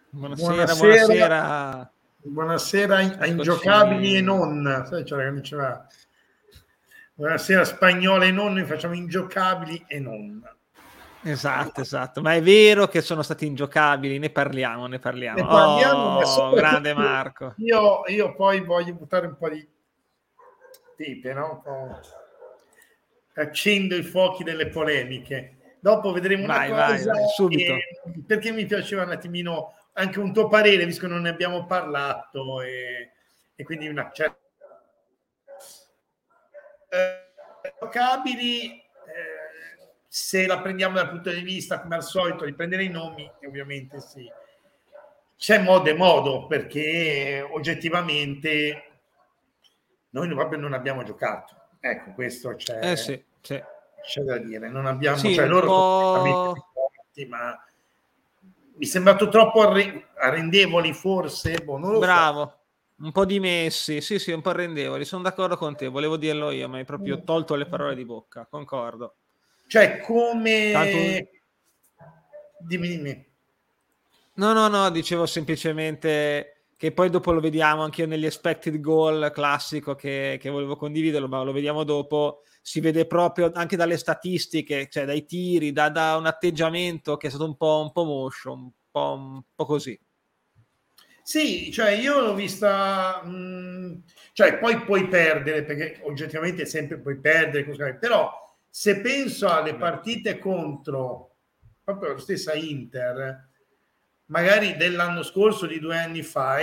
Buonasera, Buonasera, buonasera. buonasera a Eccoci. Ingiocabili e non. Sai, c'era che diceva buonasera spagnole e non, noi facciamo Ingiocabili e non. Esatto, ma è vero che sono stati ingiocabili, ne parliamo. Ne parliamo, ma Oh, grande soprattutto Marco. io poi voglio buttare un po' di pepe, no? Accendo i fuochi delle polemiche. Dopo vedremo una cosa, Vai, subito. perché mi piaceva un attimino anche un tuo parere, visto che non ne abbiamo parlato, e quindi una certa giocabili, se la prendiamo dal punto di vista, come al solito, di prendere i nomi, ovviamente sì. C'è modo e modo, perché oggettivamente noi proprio non abbiamo giocato. Ecco, questo Sì. c'è da dire. Non abbiamo, Sì, cioè un loro sono completamente po'. forti, ma mi è sembrato troppo arrendevoli, forse, boh, non lo so. Bravo. Un po' dimessi, sì, un po' arrendevoli. Sono d'accordo con te, volevo dirlo io, ma hai proprio tolto le parole di bocca, concordo. Cioè, Tanto. come... Dimmi. No, dicevo semplicemente che poi dopo lo vediamo anche io negli expected goal classico che volevo condividerlo, ma lo vediamo dopo. Si vede proprio anche dalle statistiche, cioè dai tiri, da un atteggiamento che è stato un po' moscio, un po' così. Sì, cioè io l'ho vista, cioè poi puoi perdere, perché oggettivamente sempre puoi perdere, però se penso alle partite contro proprio la stessa Inter, magari dell'anno scorso, di 2 anni fa,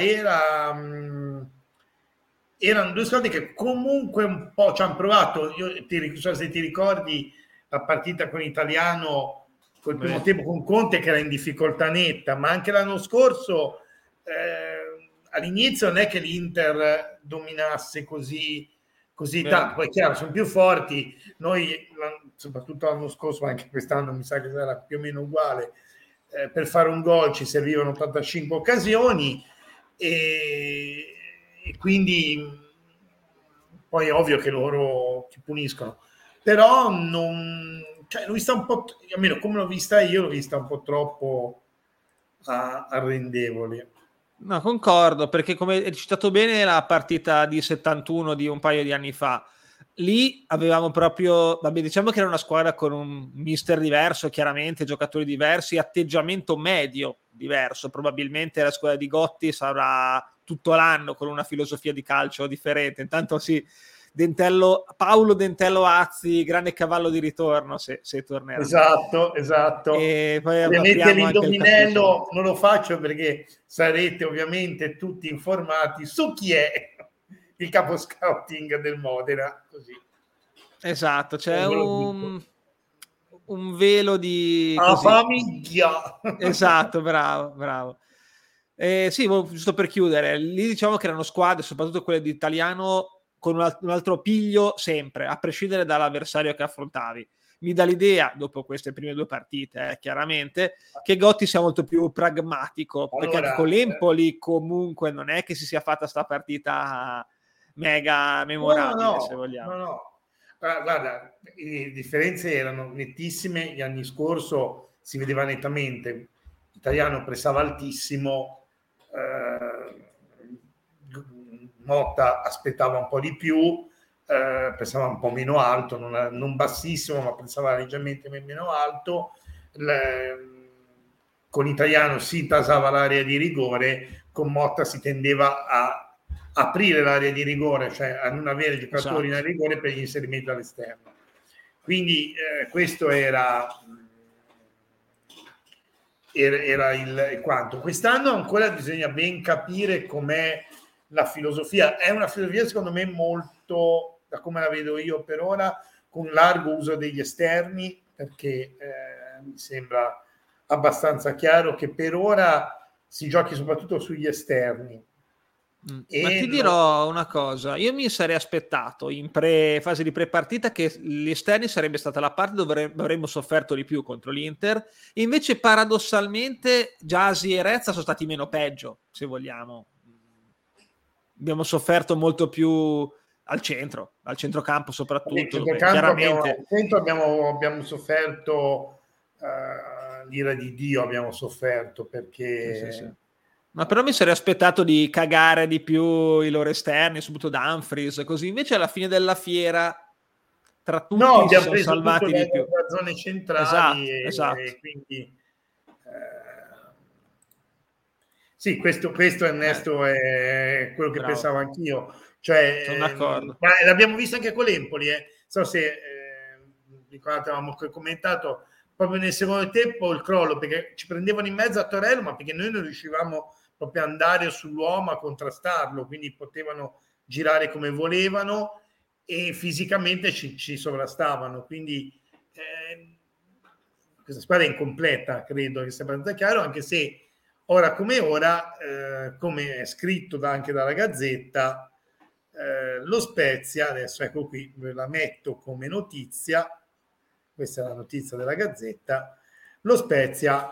erano due squadre che comunque un po' ci hanno provato. So se ti ricordi la partita con Italiano col primo tempo con Conte, che era in difficoltà netta, ma anche l'anno scorso all'inizio non è che l'Inter dominasse così tanto. Poi chiaro, sono più forti. Noi, soprattutto l'anno scorso, ma anche quest'anno mi sa che sarà più o meno uguale, per fare un gol ci servivano 85 occasioni, e quindi poi è ovvio che loro ti puniscono, però non, cioè, l'ho vista un po', almeno come l'ho vista io, l'ho vista un po' troppo arrendevole. No, concordo, perché come hai citato bene la partita di 71 di un paio di anni fa, lì avevamo proprio, vabbè, diciamo che era una squadra con un mister diverso, chiaramente, giocatori diversi, atteggiamento medio diverso, probabilmente la squadra di Gotti sarà tutto l'anno con una filosofia di calcio differente, intanto sì, Paolo Dentello Azzi, grande cavallo di ritorno se tornerà. Esatto. E poi Ovviamente apriamo anche il capitolo. l'indovinello non lo faccio, perché sarete ovviamente tutti informati su chi è il capo scouting del Modena, così. Esatto, c'è Ve lo dico. un velo di A così. famiglia. Esatto, bravo. Sì, giusto per chiudere, lì diciamo che erano squadre, soprattutto quelle di Italiano, con un altro piglio sempre, a prescindere dall'avversario che affrontavi. Mi dà l'idea, dopo queste prime due partite, chiaramente, che Gotti sia molto più pragmatico, perché anche con Allora, l'Empoli comunque non è che si sia fatta sta partita mega memorabile, se vogliamo. no. Guarda, le differenze erano nettissime. Gli anni scorso si vedeva nettamente. L'italiano pressava altissimo, Motta aspettava un po' di più, pressava un po' meno alto, non bassissimo, ma pressava leggermente meno alto. Con l'italiano si tasava l'area di rigore, con Motta si tendeva a aprire l'area di rigore, cioè a non avere giocatori in area di rigore per gli inserimenti all'esterno. Quindi questo era il quanto. Quest'anno ancora bisogna ben capire com'è la filosofia. È una filosofia, secondo me, molto, da come la vedo io per ora, con largo uso degli esterni, perché mi sembra abbastanza chiaro che per ora si giochi soprattutto sugli esterni. Ma ti dirò una cosa, io mi sarei aspettato in fase di pre-partita che gli esterni sarebbe stata la parte dove avremmo sofferto di più contro l'Inter, e invece paradossalmente Gyasi e Rezza sono stati meno peggio, se vogliamo. Abbiamo sofferto molto più al centrocampo soprattutto, dove chiaramente... abbiamo sofferto, l'ira di Dio abbiamo sofferto, perché Sì. Ma però mi sarei aspettato di cagare di più i loro esterni, soprattutto Dumfries, così. Invece alla fine della fiera, tra No, tutti, si abbiamo sono preso tutto salvati di più. da zone centrali Esatto, esatto. e quindi sì, questo Ernesto è quello che Bravo, pensavo anch'io. sono Cioè, d'accordo. ma l'abbiamo visto anche con l'Empoli. So se ricordate, avevamo commentato proprio nel secondo tempo il crollo, perché ci prendevano in mezzo a Torello, ma perché noi non riuscivamo proprio ad andare sull'uomo a contrastarlo, quindi potevano girare come volevano e fisicamente ci sovrastavano. Quindi questa squadra è incompleta, credo che sia abbastanza chiaro, anche se ora come ora, come è scritto anche dalla Gazzetta, lo Spezia, adesso ecco qui, ve la metto come notizia, questa è la notizia della Gazzetta, lo Spezia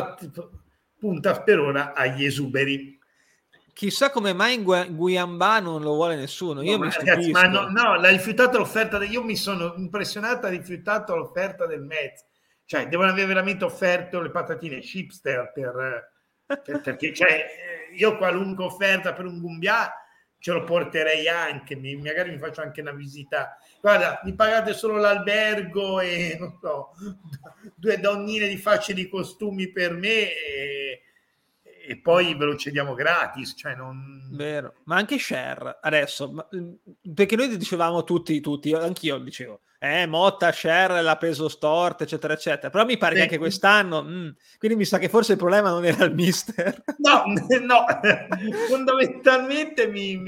punta per ora agli esuberi. Chissà come mai in Guiambà non lo vuole nessuno. No, Io ma mi ragazzi, ma stupisco. no, l'ha rifiutata l'offerta. Io mi sono impressionato, ha rifiutato l'offerta del Metz. Cioè, devono avere veramente offerto le patatine chipster perché cioè, io qualunque offerta per un Gumbia ce lo porterei anche, magari mi faccio anche una visita. Guarda, mi pagate solo l'albergo e non so, 2 donnine di facce di costumi per me e poi ve lo cediamo gratis. Cioè non... Vero, ma anche Cher adesso, perché noi dicevamo tutti, anch'io dicevo, Motta, Cher l'ha preso storto, eccetera, eccetera, però mi pare che anche quest'anno, quindi mi sa che forse il problema non era il mister. No, no, fondamentalmente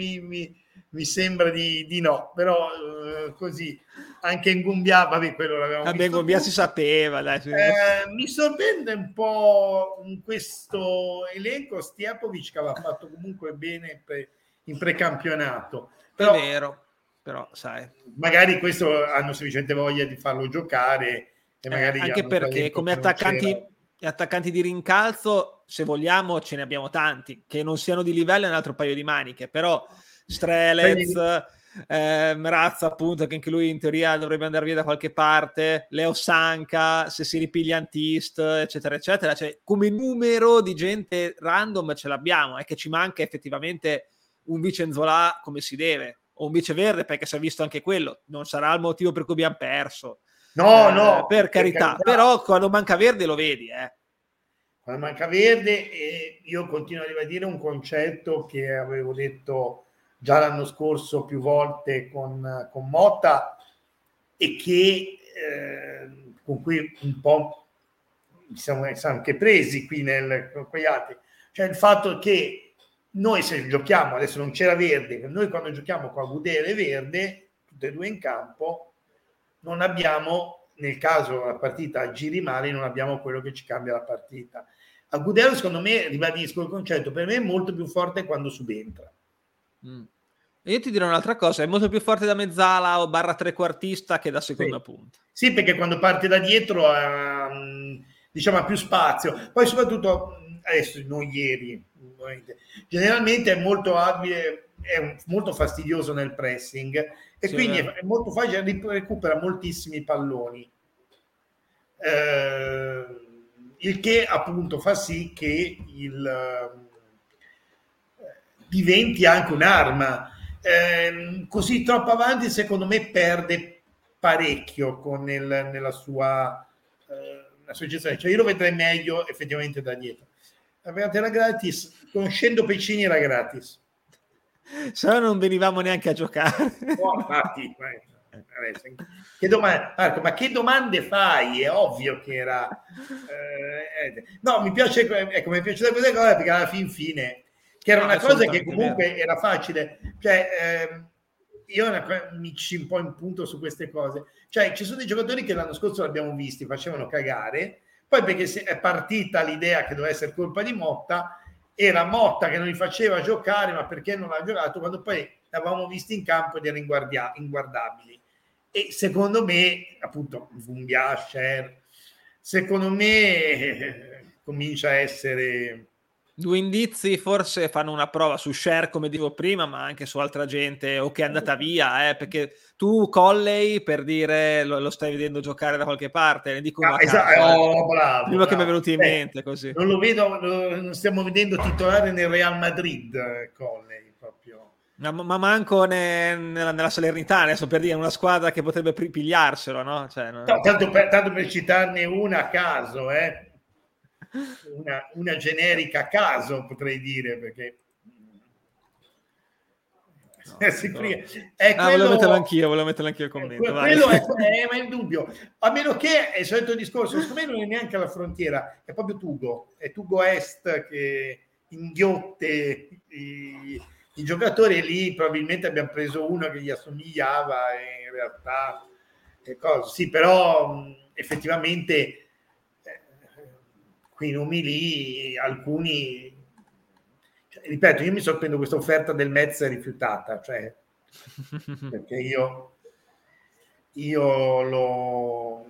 mi sembra di no, però così, anche in Gumbia, vabbè, quello l'avevamo Vabbè, visto Gombia tutto. si sapeva, dai. Mi sorprende un po' in questo elenco Stiapovic che aveva fatto comunque bene in precampionato, È però vero, però sai. magari questo hanno semplicemente voglia di farlo giocare e magari Anche hanno un perché talento come che non c'era. attaccanti di rincalzo, se vogliamo, ce ne abbiamo tanti, che non siano di livello è un altro paio di maniche, però Strelez, Razza appunto, che anche lui in teoria dovrebbe andare via da qualche parte, Leo Sanca, se si ripiglia Antist, eccetera, eccetera, cioè come numero di gente random ce l'abbiamo, è che ci manca effettivamente un Vicenzola come si deve, o un Viceverde, perché si è visto anche quello, non sarà il motivo per cui abbiamo perso. No, Per carità, però quando manca Verde lo vedi, Quando manca Verde, e io continuo a ribadire un concetto che avevo detto già l'anno scorso più volte con Motta e che con cui un po' ci siamo anche presi qui con quegli altri, cioè il fatto che noi se giochiamo, adesso non c'era Verde, noi quando giochiamo con Agudelo e Verde, tutte e due in campo, non abbiamo, nel caso la partita giri male, non abbiamo quello che ci cambia la partita. Agudelo, secondo me, ribadisco il concetto, per me è molto più forte quando subentra. Io ti dirò un'altra cosa, è molto più forte da mezzala o barra trequartista che da seconda punta. Sì, perché quando parte da dietro diciamo ha più spazio. Poi soprattutto, adesso non ieri, generalmente è molto abile, è molto fastidioso nel pressing e Sì, quindi è molto facile, recupera moltissimi palloni. Il che appunto fa sì che diventi anche un'arma. Così troppo avanti, secondo me, perde parecchio nella sua gestione. Cioè, io lo vedrei meglio effettivamente da dietro. Era gratis, conoscendo Pecini era gratis. se no non venivamo neanche a giocare. No, infatti, che Marco, ma che domande fai? È ovvio che era no, mi piace, ecco, mi piace questa cosa perché alla fine che era una cosa che comunque era facile, cioè io mi ci un po' in punto su queste cose, cioè ci sono dei giocatori che l'anno scorso l'abbiamo visti, facevano cagare, poi perché è partita l'idea che doveva essere colpa di Motta, era Motta che non li faceva giocare, ma perché non ha giocato, quando poi l'avevamo visti in campo ed erano inguardabili. E secondo me, appunto, Vumbia, Cher, secondo me comincia a essere 2 indizi forse fanno una prova su Cher, come dicevo prima, ma anche su altra gente o che è andata via, perché tu Colley, per dire, lo stai vedendo giocare da qualche parte, ne dico uno a caso. Bravo, Prima che mi è venuto in mente, così. Non lo vedo, non stiamo vedendo titolare nel Real Madrid, Colley, proprio. Ma manco nella Salernitana, adesso, per dire, una squadra che potrebbe pigliarselo, no? Cioè, no? Tanto per citarne una a caso, una generica a caso, potrei dire, perché No, quello, volevo metterlo anch'io il commento. Quello è in dubbio, a meno che è il solito discorso, secondo me non è neanche alla frontiera, è proprio Tugo Est che inghiotte i giocatori, e lì probabilmente abbiamo preso uno che gli assomigliava e in realtà sì, però effettivamente quei nomi lì, alcuni, ripeto, io mi sorprendo questa offerta del Metz è rifiutata, cioè, perché io lo...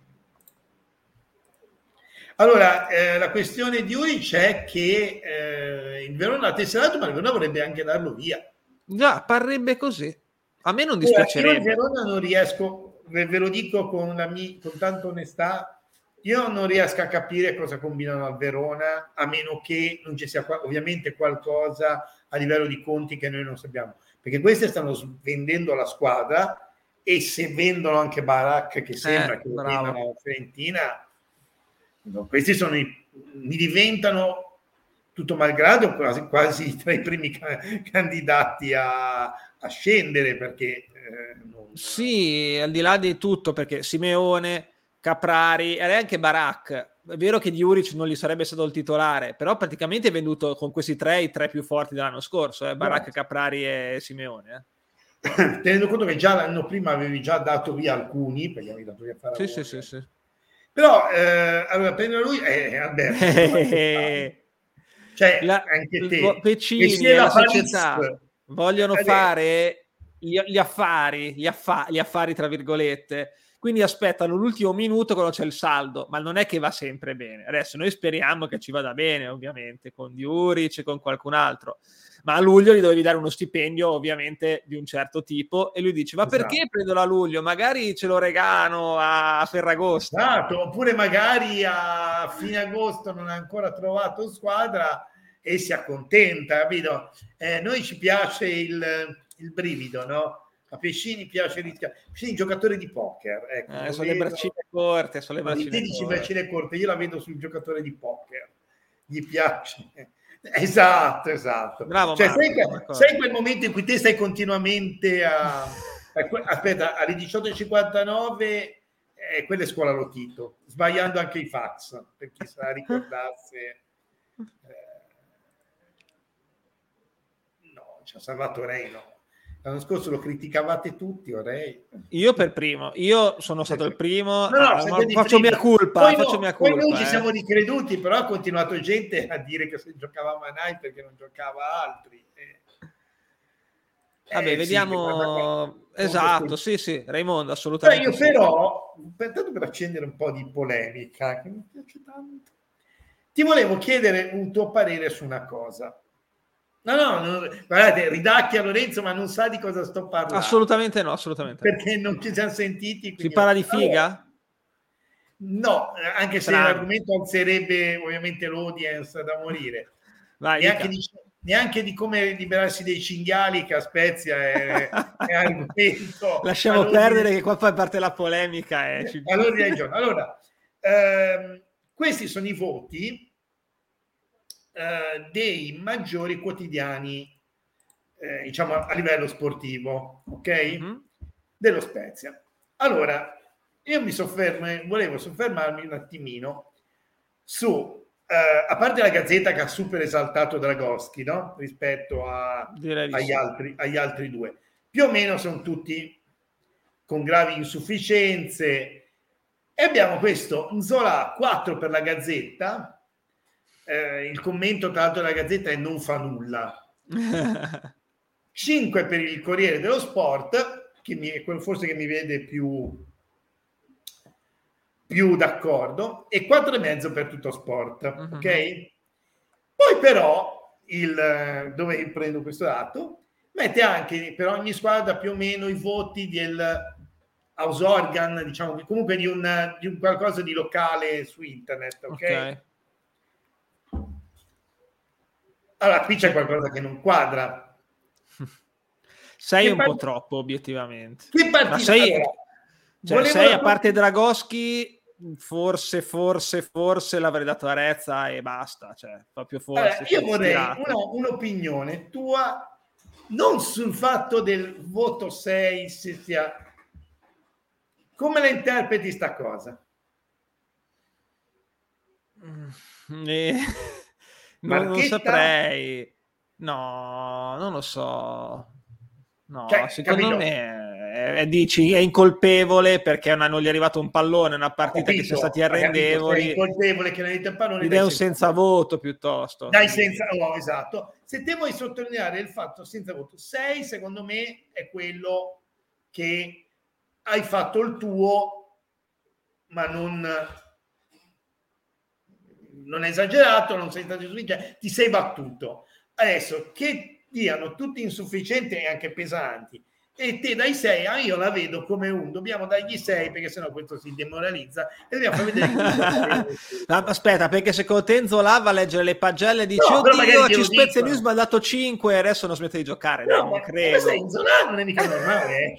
Allora, la questione di Juric è che il Verona ha tesserato, ma il Verona vorrebbe anche darlo via. Già, parrebbe così. A me non dispiacerebbe. Io il Verona non riesco, ve lo dico con tanta onestà, io non riesco a capire cosa combinano al Verona, a meno che non ci sia ovviamente qualcosa a livello di conti che noi non sappiamo, perché questi stanno vendendo la squadra, e se vendono anche Barak, che sembra che lo vendano alla Fiorentina, questi mi diventano, tutto malgrado, quasi tra i primi candidati a scendere, perché sì, al di là di tutto, perché Simeone, Caprari e anche Barak, è vero che Juric non gli sarebbe stato il titolare, però praticamente è venduto con questi i tre più forti dell'anno scorso, Barak, Caprari e Simeone. Tenendo conto che già l'anno prima avevi già dato via alcuni, perché avevi dato via Faraone. Sì. Però allora prendere lui Alberto, cioè anche te, Pecini e la società vogliono fare gli affari tra virgolette, quindi aspettano l'ultimo minuto quando c'è il saldo, ma non è che va sempre bene. Adesso noi speriamo che ci vada bene, ovviamente, con Juric e con qualcun altro, ma a luglio gli dovevi dare uno stipendio ovviamente di un certo tipo, e lui dice ma perché prendo a luglio, magari ce lo regalo a Ferragosto. Esatto, oppure magari a fine agosto non ha ancora trovato squadra e si accontenta, capito? Noi ci piace il brivido, no? A Pescini piace rischiare. Pescini, giocatore di poker, ecco, sono le braccine corte, braccine corte, io la vedo sul giocatore di poker, gli piace. Esatto. Bravo, cioè, sai quel momento in cui te stai continuamente aspetta, alle 18:59 quella è scuola Lotito, sbagliando anche i fax, per chi se la ricordasse. No, ci ha salvato Reino. L'anno scorso lo criticavate tutti, Orei. Io per primo, io sono stato il primo, faccio mia colpa. Poi noi ci siamo ricreduti, però ha continuato gente a dire che se giocava Manai perché non giocava altri. Vabbè, vediamo. Esatto, sì, Raimondo, assolutamente. Io però, tanto per accendere un po' di polemica, che mi piace tanto, ti volevo chiedere un tuo parere su una cosa. No, guardate, ridacchia Lorenzo, ma non sa di cosa sto parlando. Assolutamente no. Perché non ci siamo sentiti. Si parla di figa? No, anche se l'argomento alzerebbe ovviamente l'audience da morire. Neanche di come liberarsi dei cinghiali, che a Spezia è argomento. Lasciamo perdere che qua poi parte la polemica. Allora, questi sono i voti dei maggiori quotidiani, diciamo a livello sportivo, ok? Mm-hmm. Dello Spezia. Allora, io volevo soffermarmi un attimino su, a parte la Gazzetta che ha super esaltato Dragoschi, no? Rispetto agli altri due. Più o meno sono tutti con gravi insufficienze, e abbiamo questo Nzola 4 per la Gazzetta. Il commento tra l'altro della Gazzetta è non fa nulla. 5 per il Corriere dello Sport, quello forse che mi vede più d'accordo, e 4,5 per Tutto Sport. Ok? Poi però, dove prendo questo dato, mette anche per ogni squadra più o meno i voti del house organ, diciamo, comunque di un qualcosa di locale su internet, ok? Allora, qui c'è qualcosa che non quadra. 6 un po' troppo, obiettivamente. Che partita? Ma 6, allora, 6 a parte Dragoschi, forse l'avrei dato a Arezza e basta, cioè proprio forse. Allora, io vorrei un'opinione tua, non sul fatto del voto 6, se sia... Come la interpreti sta cosa? Non saprei. No, non lo so. No, cioè, secondo me dici è incolpevole perché non gli è arrivato un pallone, una partita che si è stati arrendevoli. È incolpevole che non è il pallone. Ed è un senza voto piuttosto. Dai senza voto, esatto. Se te vuoi sottolineare il fatto senza voto, 6 secondo me è quello che hai fatto il tuo, ma non è esagerato, non sei stato insufficiente, ti sei battuto. Adesso che diano tutti insufficienti e anche pesanti e te dai 6, io la vedo come dobbiamo dargli 6 perché sennò questo si demoralizza e dobbiamo far vedere aspetta, perché secondo te Nzola va a leggere le pagelle e dice oddio ci Spezia News mi ha dato 5 e adesso non smette di giocare. No, non credo. Ma Nzola non è mica normale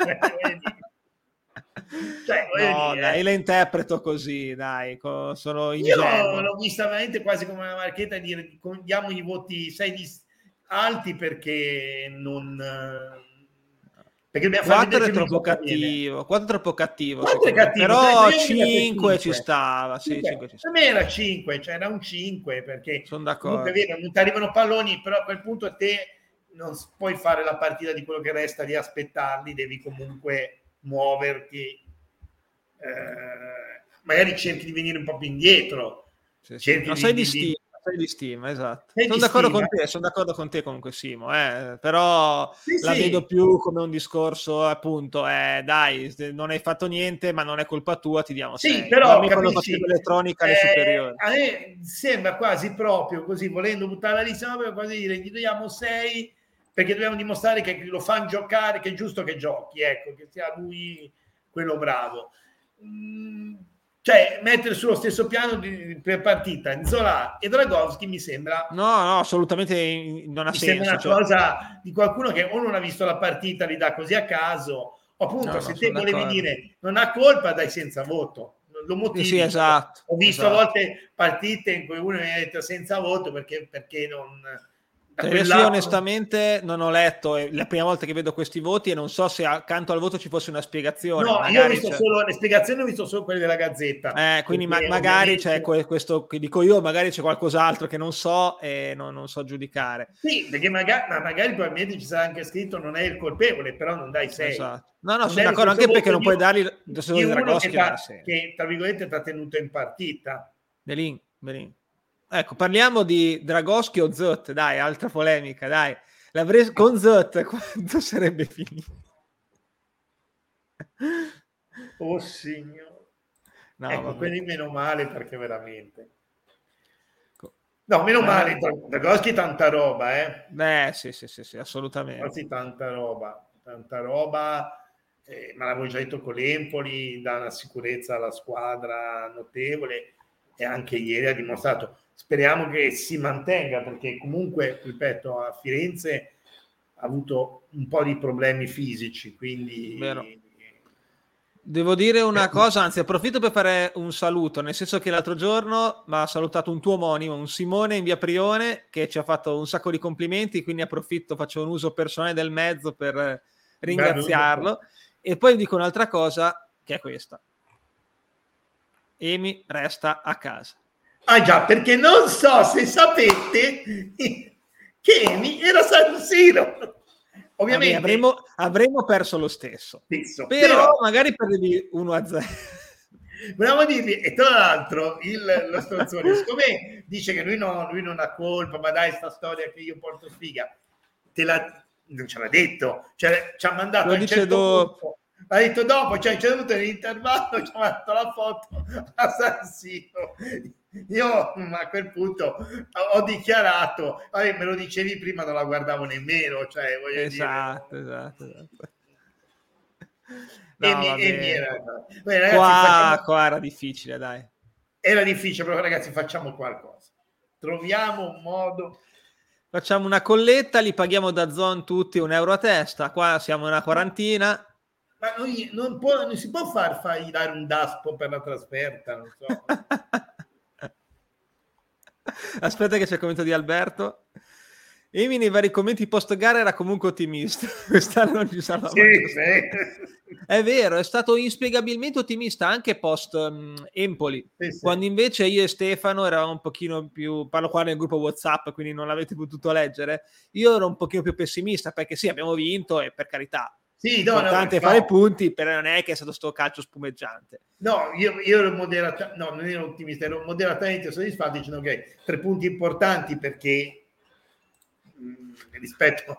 no, dai, la interpreto così, dai, sono ingenuo. Io l'ho vista veramente quasi come una marchetta dire diamo i voti 6 alti perché non... Perché 4 è troppo cattivo, 4 è troppo cattivo, però 5 ci stava, sì, 5 ci stava. Per me era 5, cioè era un 5 perché sono d'accordo. Comunque, vero, non ti arrivano palloni, però a quel punto te non puoi fare la partita di quello che resta di aspettarli, devi comunque muoverti, magari cerchi di venire un po' più indietro. Sì. No, sei di stima, esatto. Sono d'accordo con te comunque Simo, però la vedo più come un discorso appunto, dai, non hai fatto niente ma non è colpa tua, ti diamo 6. Sì, però quando facevo elettronica alle superiori. A me sembra quasi proprio così, volendo buttare la lista, quasi dire gli diamo 6 perché dobbiamo dimostrare che lo fanno giocare, che è giusto che giochi, ecco, che sia lui quello bravo. Cioè mettere sullo stesso piano per partita Nzola e Dragowski mi sembra no assolutamente non ha senso, sembra una cosa di qualcuno che o non ha visto la partita, li dà così a caso, o appunto se te volevi dire non ha colpa, dai senza voto, lo motivi. Sì, esatto, ho visto a volte partite in cui uno mi ha detto senza voto perché non... Adesso io onestamente non ho letto, è la prima volta che vedo questi voti e non so se accanto al voto ci fosse una spiegazione. No, io ho visto solo le spiegazioni, ho visto solo quelle della Gazzetta. Quindi magari c'è questo che dico io, magari c'è qualcos'altro che non so e non so giudicare. Sì, perché magari probabilmente ci sarà anche scritto non è il colpevole, però non dai 6. Esatto. No, sono d'accordo, anche perché non puoi dargli di uno che tra virgolette ti ha tenuto in partita. Belin. Ecco, parliamo di Dragoschi o Zot, dai, altra polemica, dai. Con Zot quanto sarebbe finito? Oh signore. No, ecco, quindi meno male perché veramente... No, meno male, Dragoschi tanta roba, sì, assolutamente. Dragoschi tanta roba, ma l'avevo già detto con l'Empoli, dà una sicurezza alla squadra notevole e anche ieri ha dimostrato. Speriamo che si mantenga perché comunque, ripeto, a Firenze ha avuto un po' di problemi fisici, quindi... Vero. Devo dire una cosa, anzi approfitto per fare un saluto, nel senso che l'altro giorno mi ha salutato un tuo omonimo, un Simone in via Prione, che ci ha fatto un sacco di complimenti, quindi approfitto, faccio un uso personale del mezzo per ringraziarlo. E poi dico un'altra cosa, che è questa. Emi resta a casa. Ah già, perché non so se sapete che Emi era San Siro. Ovviamente avremmo perso lo stesso. Però magari perdevi 1-0. Volevamo dirvi, e tra l'altro lo stronzone, siccome dice che lui non ha colpa, ma dai, sta storia che io porto sfiga, non ce l'ha detto, cioè ci ha mandato lo dice dopo. Ha detto dopo, cioè c'è venuto nell'intervallo, ci ha mandato la foto a San Siro io a quel punto ho dichiarato, me lo dicevi prima, non la guardavo nemmeno, cioè voglio esatto, dire. esatto. E No, mi vabbè. era... Beh, ragazzi, Qua era difficile, dai. Era difficile, però ragazzi, facciamo qualcosa. Troviamo un modo. Facciamo una colletta, li paghiamo da Zon tutti €1 a testa. Qua siamo una quarantina. Ma non si può fargli dare un daspo per la trasferta, non so. Aspetta che c'è il commento di Alberto. Emi nei vari commenti post gara era comunque ottimista. Quest'anno non ci sarà mai. Sì. È vero, è stato inspiegabilmente ottimista anche post Empoli, Sì. quando invece io e Stefano eravamo un pochino più, parlo qua nel gruppo WhatsApp, quindi non l'avete potuto leggere, io ero un pochino più pessimista, perché sì, abbiamo vinto e per carità, importante fare i punti, però non è che è stato sto calcio spumeggiante. No, io ero non ero ottimista, ero moderatamente soddisfatto dicendo che 3 punti importanti perché rispetto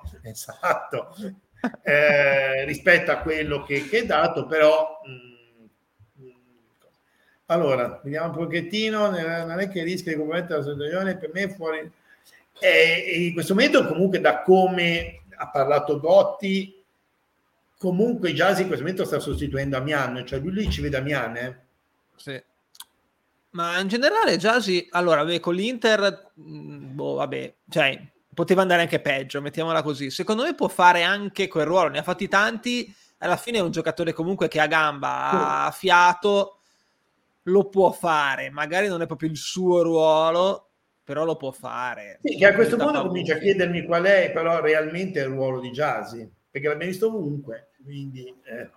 rispetto a quello che è dato, però allora vediamo un pochettino, non è che rischia di compromettere la situazione, per me fuori in questo momento comunque, da come ha parlato Gotti, comunque Gyasi in questo momento sta sostituendo Amian, cioè lui ci vede Amian, Sì. Ma in generale Gyasi, allora con l'Inter cioè poteva andare anche peggio, mettiamola così. Secondo me può fare anche quel ruolo, ne ha fatti tanti, alla fine è un giocatore comunque che ha gamba, ha fiato, lo può fare, magari non è proprio il suo ruolo, però lo può fare. Sì, che a questo punto comincia a chiedermi qual è però realmente il ruolo di Gyasi, perché l'abbiamo visto ovunque, quindi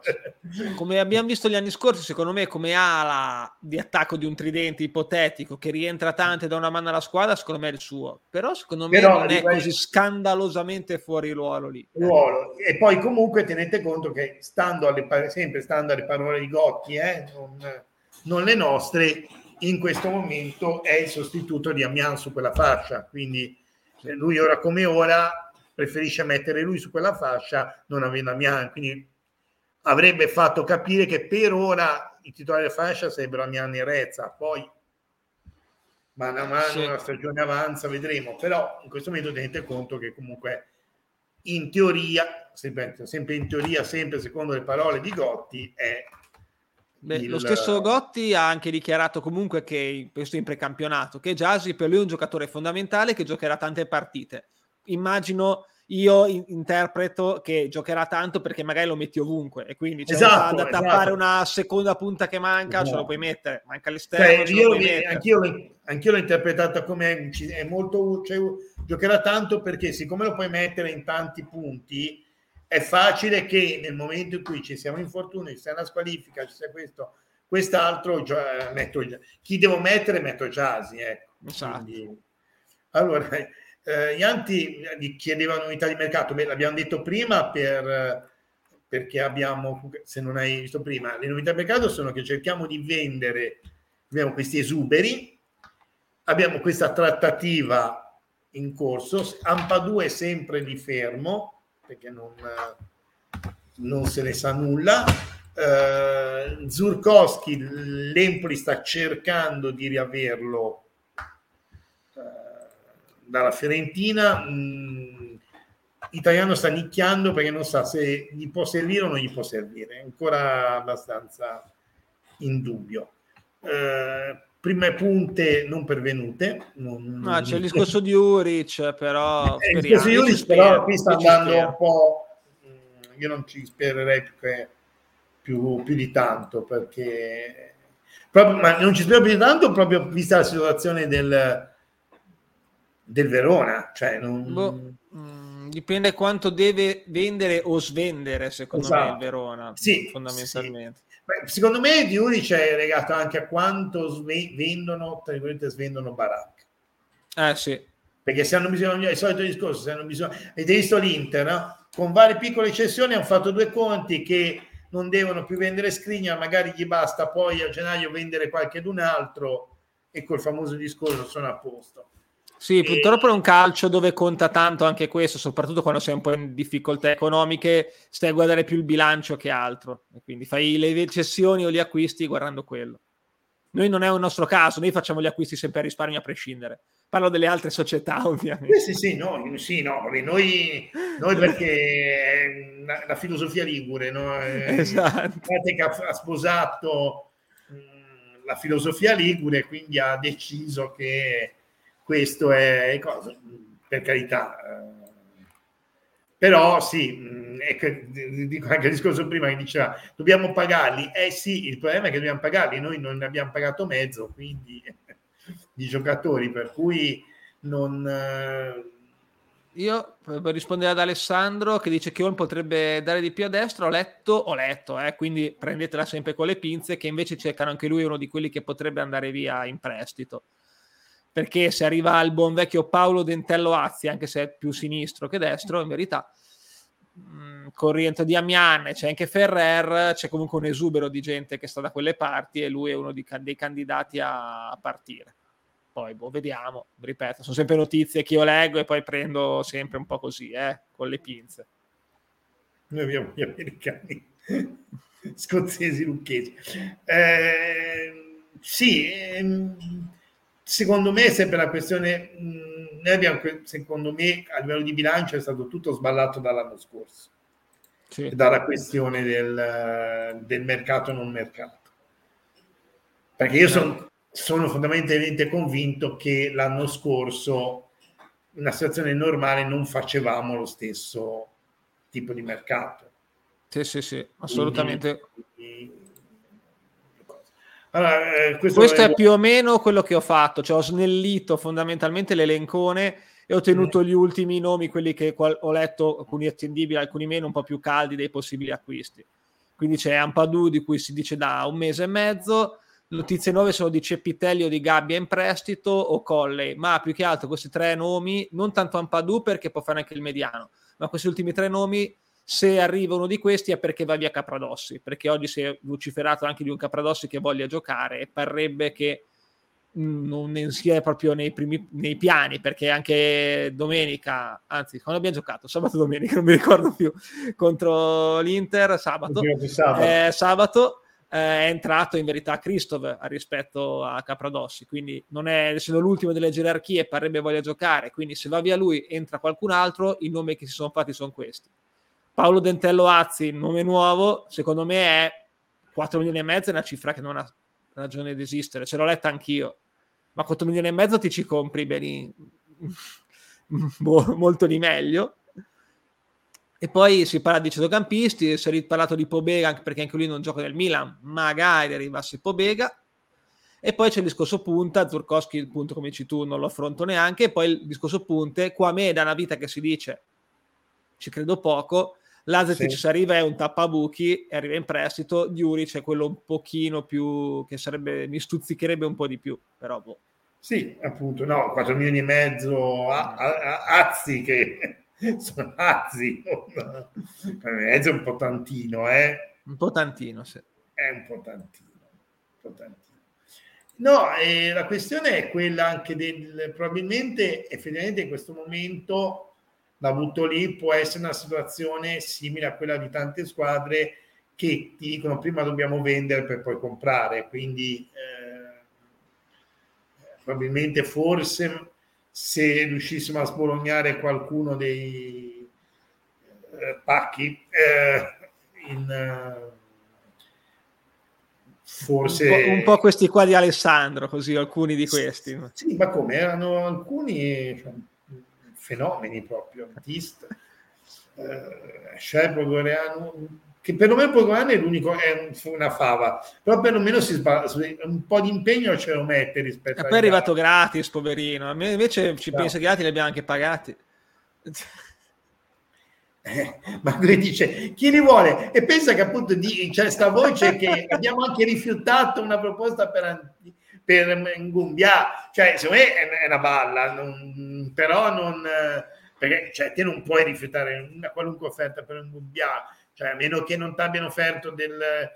come abbiamo visto gli anni scorsi, secondo me come ala di attacco di un tridente ipotetico che rientra tanto e dà una mano alla squadra, secondo me è il suo, però secondo me non è così scandalosamente fuori ruolo lì. E poi comunque tenete conto che sempre stando alle parole di Gotti, non le nostre, in questo momento è il sostituto di Amian su quella fascia, quindi lui ora come ora preferisce mettere lui su quella fascia non avendo Amian, quindi avrebbe fatto capire che per ora i titolari della fascia sarebbero Amian e Rezza, poi mano a mano la stagione avanza vedremo, però in questo momento tenete conto che comunque in teoria, sempre in teoria, sempre secondo le parole di Gotti, è lo stesso Gotti ha anche dichiarato comunque che questo in precampionato, che Gyasi per lui è un giocatore fondamentale che giocherà tante partite. Immagino, io interpreto che giocherà tanto perché magari lo metti ovunque e quindi c'è da tappare una seconda punta che manca, ce lo puoi mettere, manca l'esterno, anch'io l'ho interpretata come è molto, cioè, giocherà tanto perché siccome lo puoi mettere in tanti punti è facile che nel momento in cui ci siamo infortuni, ci sia una squalifica, ci sia questo, quest'altro, chi devo mettere metto Gyasi, ecco. Esatto. Quindi, allora gli Anti gli chiedevano unità di mercato, l'abbiamo detto prima perché abbiamo, se non hai visto prima, le novità di mercato sono che cerchiamo di vendere, abbiamo questi esuberi, abbiamo questa trattativa in corso, Ampadu è sempre di fermo perché non se ne sa nulla, Zurkowski l'Empoli sta cercando di riaverlo dalla Fiorentina, Italiano sta nicchiando perché non sa se gli può servire o non gli può servire, è ancora abbastanza in dubbio. Prime punte non pervenute. C'è il discorso di Juric, però il discorso di Juric, però qui sta andando un po'. Io non ci spererei più di tanto, perché ma non ci spero più di tanto proprio vista la situazione del Verona, cioè dipende quanto deve vendere o svendere, secondo me, il Verona, fondamentalmente. Sì. Beh, secondo me di Juric è legato anche a quanto vendono, tra virgolette, svendono Barak. Sì. Perché se hanno bisogno, è il solito discorso, se hanno bisogno, avete visto l'Inter, no? Con varie piccole cessioni hanno fatto due conti che non devono più vendere Skriniar, magari gli basta poi a gennaio vendere qualche d'un altro e col famoso discorso sono a posto. Sì, purtroppo è un calcio dove conta tanto anche questo, soprattutto quando sei un po' in difficoltà economiche, stai a guardare più il bilancio che altro, e quindi fai le cessioni o gli acquisti guardando quello. Noi non è un nostro caso, noi facciamo gli acquisti sempre a risparmio a prescindere. Parlo delle altre società, ovviamente. Sì, noi perché la filosofia ligure, no? Esatto. Che ha sposato la filosofia ligure, quindi ha deciso che questo è cosa, per carità. Però sì, dico anche il discorso prima che diceva dobbiamo pagarli. Sì, il problema è che dobbiamo pagarli, noi non ne abbiamo pagato mezzo, quindi di giocatori, per cui non... Io per rispondere ad Alessandro che dice che Olm potrebbe dare di più a destra, ho letto, quindi prendetela sempre con le pinze, che invece cercano anche lui uno di quelli che potrebbe andare via in prestito, perché se arriva il buon vecchio Paolo Dentello Azzi, anche se è più sinistro che destro in verità, con il rientro di Amian c'è anche Ferrer, c'è comunque un esubero di gente che sta da quelle parti e lui è uno dei candidati a partire. Poi vediamo, ripeto, sono sempre notizie che io leggo e poi prendo sempre un po' così, con le pinze. Noi abbiamo gli americani, scozzesi, lucchesi. Sì, secondo me è sempre la questione, noi abbiamo, secondo me, a livello di bilancio è stato tutto sballato dall'anno scorso, sì, dalla questione del mercato non mercato. Perché io sono fondamentalmente convinto che l'anno scorso in una situazione normale non facevamo lo stesso tipo di mercato. Sì, assolutamente. Allora, questo è più o meno quello che ho fatto, cioè ho snellito fondamentalmente l'elencone e ho tenuto gli ultimi nomi, quelli che ho letto, alcuni attendibili, alcuni meno, un po' più caldi dei possibili acquisti. Quindi c'è Ampadu, di cui si dice da un mese e mezzo, notizie nuove sono di Cepitelli, di Gabbia in prestito o Colley, ma più che altro questi tre nomi, non tanto Ampadu perché può fare anche il mediano, ma questi ultimi tre nomi, se arriva uno di questi è perché va via Capradossi, perché oggi si è vociferato anche di un Capradossi che voglia giocare e parrebbe che non ne sia proprio nei piani, perché anche domenica, anzi quando abbiamo giocato, sabato domenica, non mi ricordo più, contro l'Inter, sabato è entrato in verità Kristov rispetto a Capradossi, quindi non è, essendo l'ultimo delle gerarchie, parrebbe voglia giocare, quindi se va via lui entra qualcun altro, i nomi che si sono fatti sono questi. Paolo Dentello Azzi, nome nuovo, secondo me è 4 milioni e mezzo, è una cifra che non ha ragione di esistere, ce l'ho letta anch'io, ma 4 milioni e mezzo ti ci compri bene molto di meglio. E poi si parla di centrocampisti, si è parlato di Pobega perché anche lui non gioca nel Milan, magari arrivasse Pobega. E poi c'è il discorso punta, Zurkowski, appunto come dici tu, non lo affronto neanche, e poi il discorso punte, qua a me è da una vita che si dice, ci credo poco, Lazetic se arriva è un tappabuchi e arriva in prestito, Juric è quello un pochino più che mi stuzzicherebbe un po' di più, però boh. Sì, appunto, no, 4 milioni e mezzo Azzi che sono Azzi, mezzo è un po' tantino, Un po' tantino, sì. È un po' tantino. No, la questione è quella anche probabilmente effettivamente in questo momento la butto lì, può essere una situazione simile a quella di tante squadre che ti dicono prima dobbiamo vendere per poi comprare, quindi probabilmente forse se riuscissimo a sbolognare qualcuno dei pacchi forse un po' questi qua di Alessandro, così alcuni di questi. Sì, ma come erano alcuni fenomeni proprio, Scerbo, Goreano, che perlomeno Goreano è l'unico, è una fava, però perlomeno un po' di impegno ce lo mette rispetto a... E poi è arrivato gratis, poverino, invece ci pensa che altri li abbiamo anche pagati. Ma lui dice chi li vuole e pensa che appunto c'è sta voce che abbiamo anche rifiutato una proposta per Ngumbia, cioè secondo me è una balla, però non perché cioè, te non puoi rifiutare una qualunque offerta per Ngumbia, cioè a meno che non ti abbiano offerto della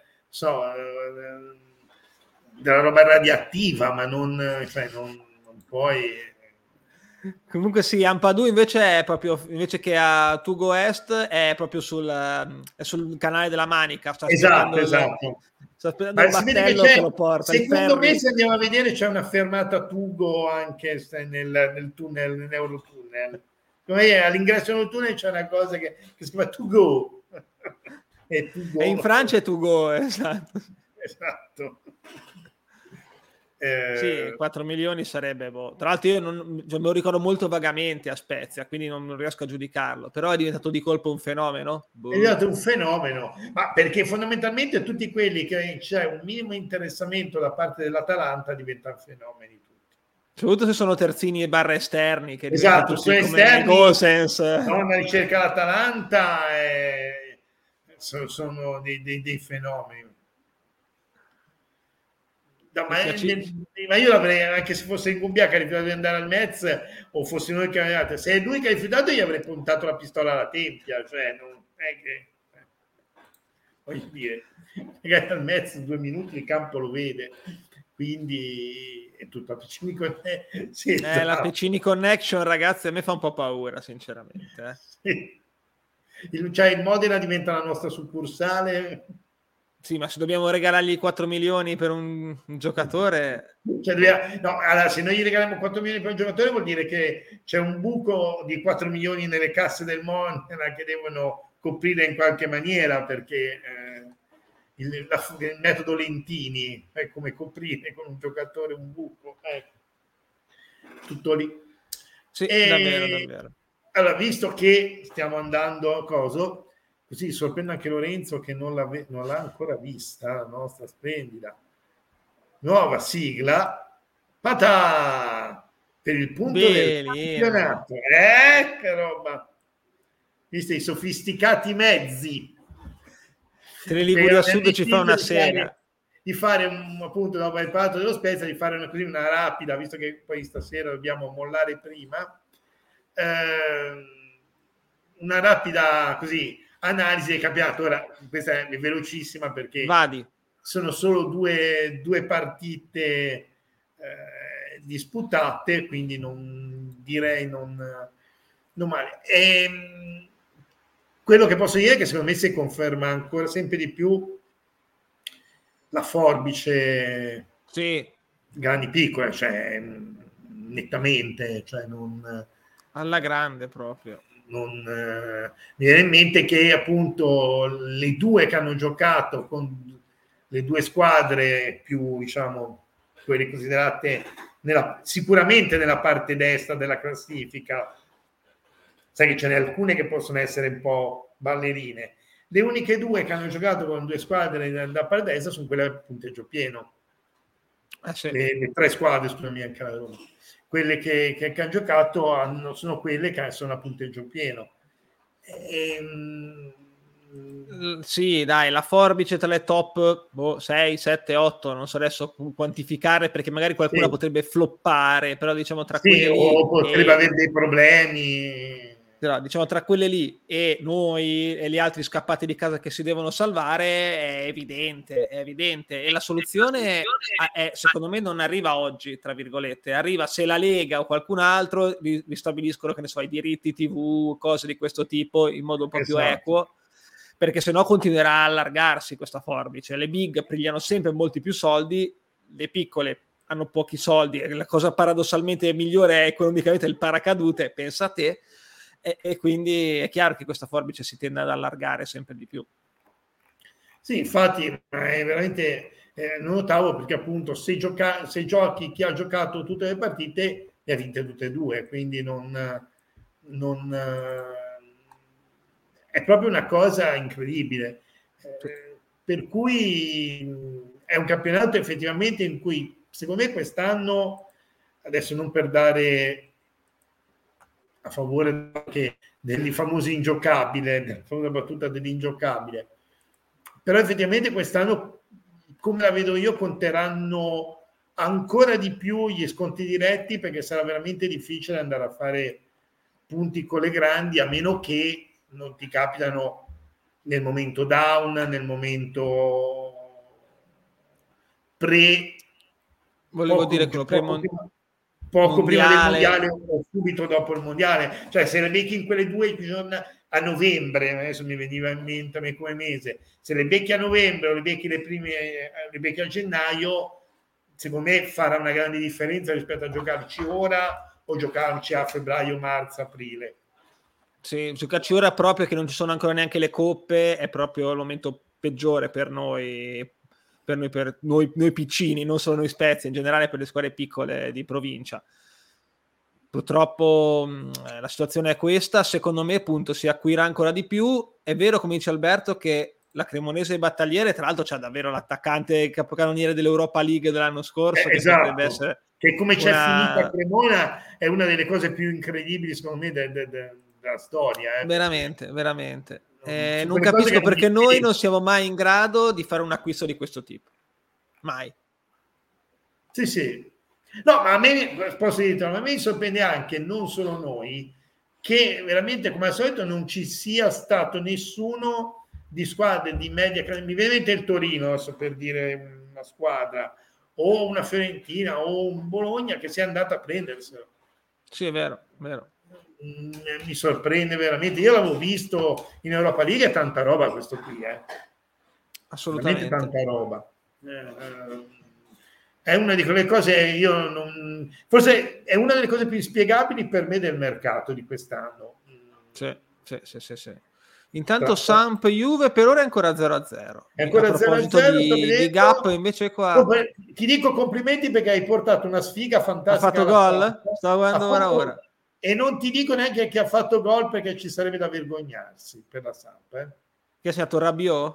roba radioattiva, ma non puoi. Comunque sì, Ampadu invece è proprio, invece che a Tugo Est, è proprio è sul canale della Manica, Esatto, esatto. sta aspettando Ma il si vede che battello che c'è, lo porta, il secondo me, ferry. se andiamo a vedere, c'è una fermata Tugo anche nel tunnel, nell'Eurotunnel. Come all'ingresso del tunnel c'è una cosa che si chiama To Go. E To E in Go. Francia è Tugo, esatto. Esatto. Sì, 4 milioni sarebbe, boh. Tra l'altro io cioè, me lo ricordo molto vagamente a Spezia, quindi non riesco a giudicarlo, però è diventato di colpo un fenomeno. È diventato un fenomeno, ma perché fondamentalmente tutti quelli che c'è un minimo interessamento da parte dell'Atalanta diventano fenomeni tutti. Soprattutto se sono terzini e barra esterni, che diventano Esatto, tutti sono come esterni, Gosens. una ricerca l'Atalanta, sono dei fenomeni. No, ma io l'avrei, anche se fosse in Gubbia che ha rifiutato di andare al Metz, o fosse noi che avevate, se è lui che ha rifiutato, gli avrei puntato la pistola alla tempia, cioè non è che, voglio dire, magari al Metz 2 minuti il campo lo vede, quindi è tutto a Piccini con me. Sì, La esatto. Piccini Connection, ragazzi, a me fa un po' paura, sinceramente. Sì. Cioè il Modena diventa la nostra succursale. Sì, ma se dobbiamo regalargli 4 milioni per un giocatore... Cioè, no, allora, se noi gli regaliamo 4 milioni per un giocatore vuol dire che c'è un buco di 4 milioni nelle casse del Modena che devono coprire in qualche maniera, perché il metodo Lentini è come coprire con un giocatore un buco. Tutto lì. Sì, davvero, davvero. Allora, visto che stiamo andando a coso, così sorprende anche Lorenzo che non l'ha ancora vista, la nostra splendida nuova sigla, patà, per il punto del campionato. Che roba! Viste i sofisticati mezzi. Tre Liguria Sud ci fa una sega. Di fare appunto, dopo il parlato dello Spezia, di fare una rapida, visto che poi stasera dobbiamo mollare prima, una rapida così analisi del campionato. Ora, questa è velocissima perché sono solo due partite disputate, quindi non direi non male. Quello che posso dire è che secondo me si conferma ancora sempre di più la forbice grandi piccole, cioè nettamente, cioè non alla grande proprio. Mi viene in mente che appunto le due che hanno giocato con le due squadre più, diciamo, quelle considerate sicuramente nella parte destra della classifica, sai che ce n'è alcune che possono essere un po' ballerine. Le uniche due che hanno giocato con due squadre da parte destra sono quelle a punteggio pieno. Le tre squadre, scusami, anche la Roma. Quelle che hanno giocato sono quelle che sono a punteggio pieno. Sì, dai, la forbice tra le top 6, 7, 8, non so adesso quantificare perché magari qualcuna potrebbe floppare, però diciamo tra quelle lì o potrebbe avere dei problemi. Però, diciamo tra quelle lì e noi e gli altri scappati di casa che si devono salvare è evidente e la soluzione secondo me non arriva oggi, tra virgolette, arriva se la Lega o qualcun altro ristabiliscono, che ne so, i diritti TV, cose di questo tipo in modo un po' più equo, perché sennò continuerà a allargarsi questa forbice. Le big pigliano sempre molti più soldi, le piccole hanno pochi soldi, e la cosa paradossalmente migliore è economicamente il paracadute, pensa a te. E quindi è chiaro che questa forbice si tende ad allargare sempre di più. Sì, infatti è veramente non notavo, perché appunto se giochi chi ha giocato tutte le partite le ha vinte tutte e due, quindi non è proprio una cosa incredibile, per cui è un campionato effettivamente in cui secondo me quest'anno, adesso non per dare a favore degli famosi ingiocabile, della famosa battuta dell'ingiocabile, però effettivamente quest'anno, come la vedo io, conteranno ancora di più gli sconti diretti, perché sarà veramente difficile andare a fare punti con le grandi, a meno che non ti capitano nel momento down, nel momento volevo dire quello poco prima del mondiale o subito dopo il mondiale, cioè se le becchi in quelle 2 giorni a novembre, adesso mi veniva in mente come mese, se le becchi a novembre o le becchi le becchi a gennaio, secondo me farà una grande differenza rispetto a giocarci ora o giocarci a febbraio, marzo, aprile. Sì, giocarci ora proprio che non ci sono ancora neanche le coppe è proprio il momento peggiore per noi piccini, non solo noi Spezia, in generale per le squadre piccole di provincia. Purtroppo la situazione è questa, secondo me appunto si acuirà ancora di più. È vero, come dice Alberto, che la Cremonese Battagliere tra l'altro c'ha davvero l'attaccante capocannoniere dell'Europa League dell'anno scorso, che esatto, potrebbe essere che come c'è finita Cremona è una delle cose più incredibili secondo me della storia. Veramente. Non capisco perché noi non siamo mai in grado di fare un acquisto di questo tipo. Mai. Sì. No, ma a me, posso dire, a me sorprende anche, non solo noi, che veramente come al solito non ci sia stato nessuno di squadre di media, mi viene il Torino, adesso per dire una squadra, o una Fiorentina o un Bologna che sia andata a prenderselo. Sì, è vero. Mi sorprende veramente. Io l'avevo visto in Europa League, è tanta roba questo qui, assolutamente veramente tanta roba. È una di quelle cose, forse è una delle cose più spiegabili per me del mercato di quest'anno. Sì. Intanto Samp Juve per ora è ancora 0-0. È ancora 0-0 di Gap invece qua. Ti dico complimenti perché hai portato una sfiga fantastica. Ha fatto gol? Stavo guardando ora. E non ti dico neanche che ha fatto gol perché ci sarebbe da vergognarsi per la Samp. Che è stato Rabiot?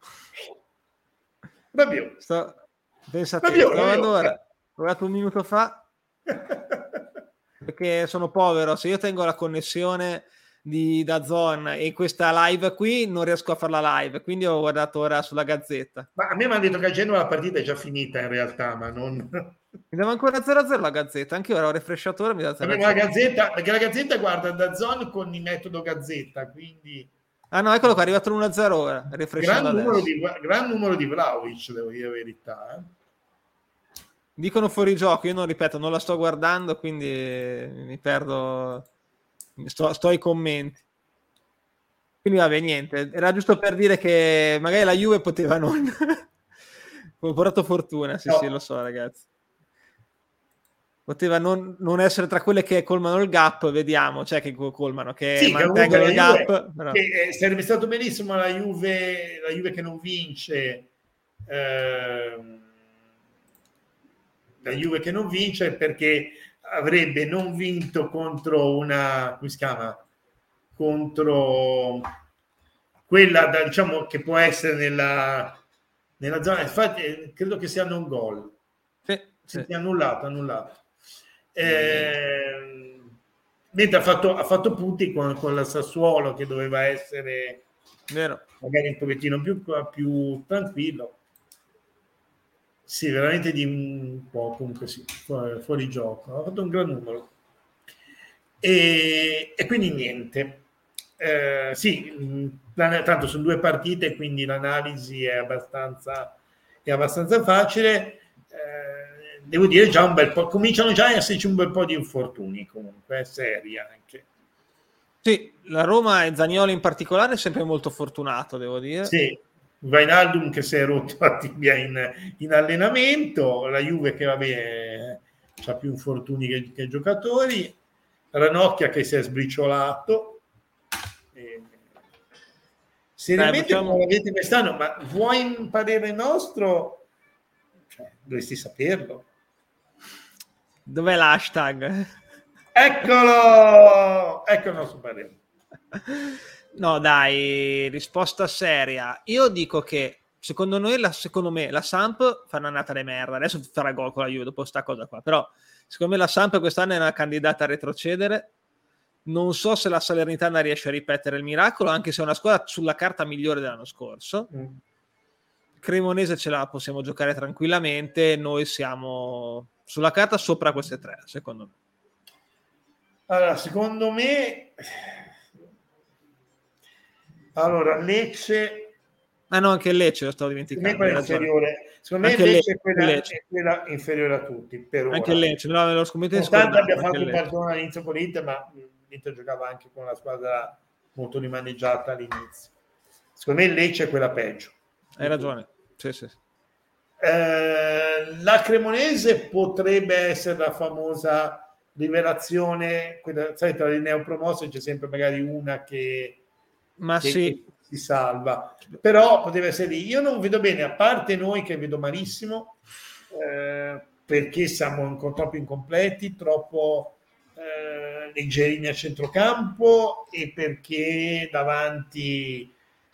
Pensa a te, stavo guardando ora. Ho guardato un minuto fa. Perché sono povero, se io tengo la connessione di DAZN e questa live qui non riesco a farla live, quindi ho guardato ora sulla Gazzetta. Ma a me mi hanno detto che a Genova la partita è già finita in realtà, ma non... Mi dava ancora 0-0 la Gazzetta, anche ora ho refresciato ora, mi dà 0-0. La Gazzetta, perché la Gazzetta guarda DAZN con il metodo Gazzetta, quindi... Ah no, eccolo qua, è arrivato l'1-0 ora, gran numero di Vlahovic, devo dire la verità. Dicono fuori gioco, io non ripeto, non la sto guardando, quindi mi perdo, sto ai commenti. Quindi vabbè, niente, era giusto per dire che magari la Juve poteva non... Ho portato fortuna, sì, lo so ragazzi. Poteva non essere tra quelle che colmano il gap, vediamo, cioè che colmano, che mantengono il gap. Però. Che sarebbe stato benissimo la Juve che non vince... la Juve che non vince perché avrebbe non vinto contro una, come si chiama, contro quella diciamo che può essere nella zona, infatti credo che sia non gol, sì. annullato. Mentre ha fatto punti con la Sassuolo che doveva essere vero, magari un pochettino più tranquillo. Sì, veramente di un po', comunque sì, fuori gioco. Ha fatto un gran numero. E quindi niente. Sì, tanto sono 2 partite, quindi l'analisi è abbastanza facile. Devo dire già un bel po', cominciano già a esserci un bel po' di infortuni comunque, seri anche. Sì, la Roma e Zaniolo in particolare è sempre molto fortunato, devo dire. Sì. Wijnaldum che si è rotto la tibia in allenamento, la Juve che vabbè ha più infortuni che giocatori, Ranocchia che si è sbriciolato. Seriamente come l'avete quest'anno, ma vuoi un parere nostro? Cioè, dovresti saperlo. Dov'è l'hashtag? Eccolo! Ecco il nostro parere. No dai, risposta seria. Io dico che secondo me la Samp fa un'annata di merda. Adesso farà gol con la Juve dopo sta cosa qua. Però secondo me la Samp quest'anno è una candidata a retrocedere. Non so se la Salernitana riesce a ripetere il miracolo, anche se è una squadra sulla carta migliore dell'anno scorso. Cremonese ce la possiamo giocare tranquillamente. Noi siamo sulla carta sopra queste 3, secondo me. Allora, secondo me... Allora, Lecce Ah no, anche il Lecce lo stavo dimenticando. Secondo me inferiore. Secondo me il Lecce è quella inferiore a tutti, per anche ora. il Lecce, no, me lo scommetto. Nonostante abbia fatto il Barcellona all'inizio con l'Inter, ma l'Inter giocava anche con una squadra molto rimaneggiata all'inizio. Secondo me il Lecce è quella peggio. Hai ragione, sì. La Cremonese potrebbe essere la famosa rivelazione, sai, tra le neopromosse c'è sempre magari una che si salva, però poteva essere lì. Io non vedo bene, a parte noi che vedo malissimo, perché siamo troppo incompleti, troppo leggerini a centrocampo, e perché davanti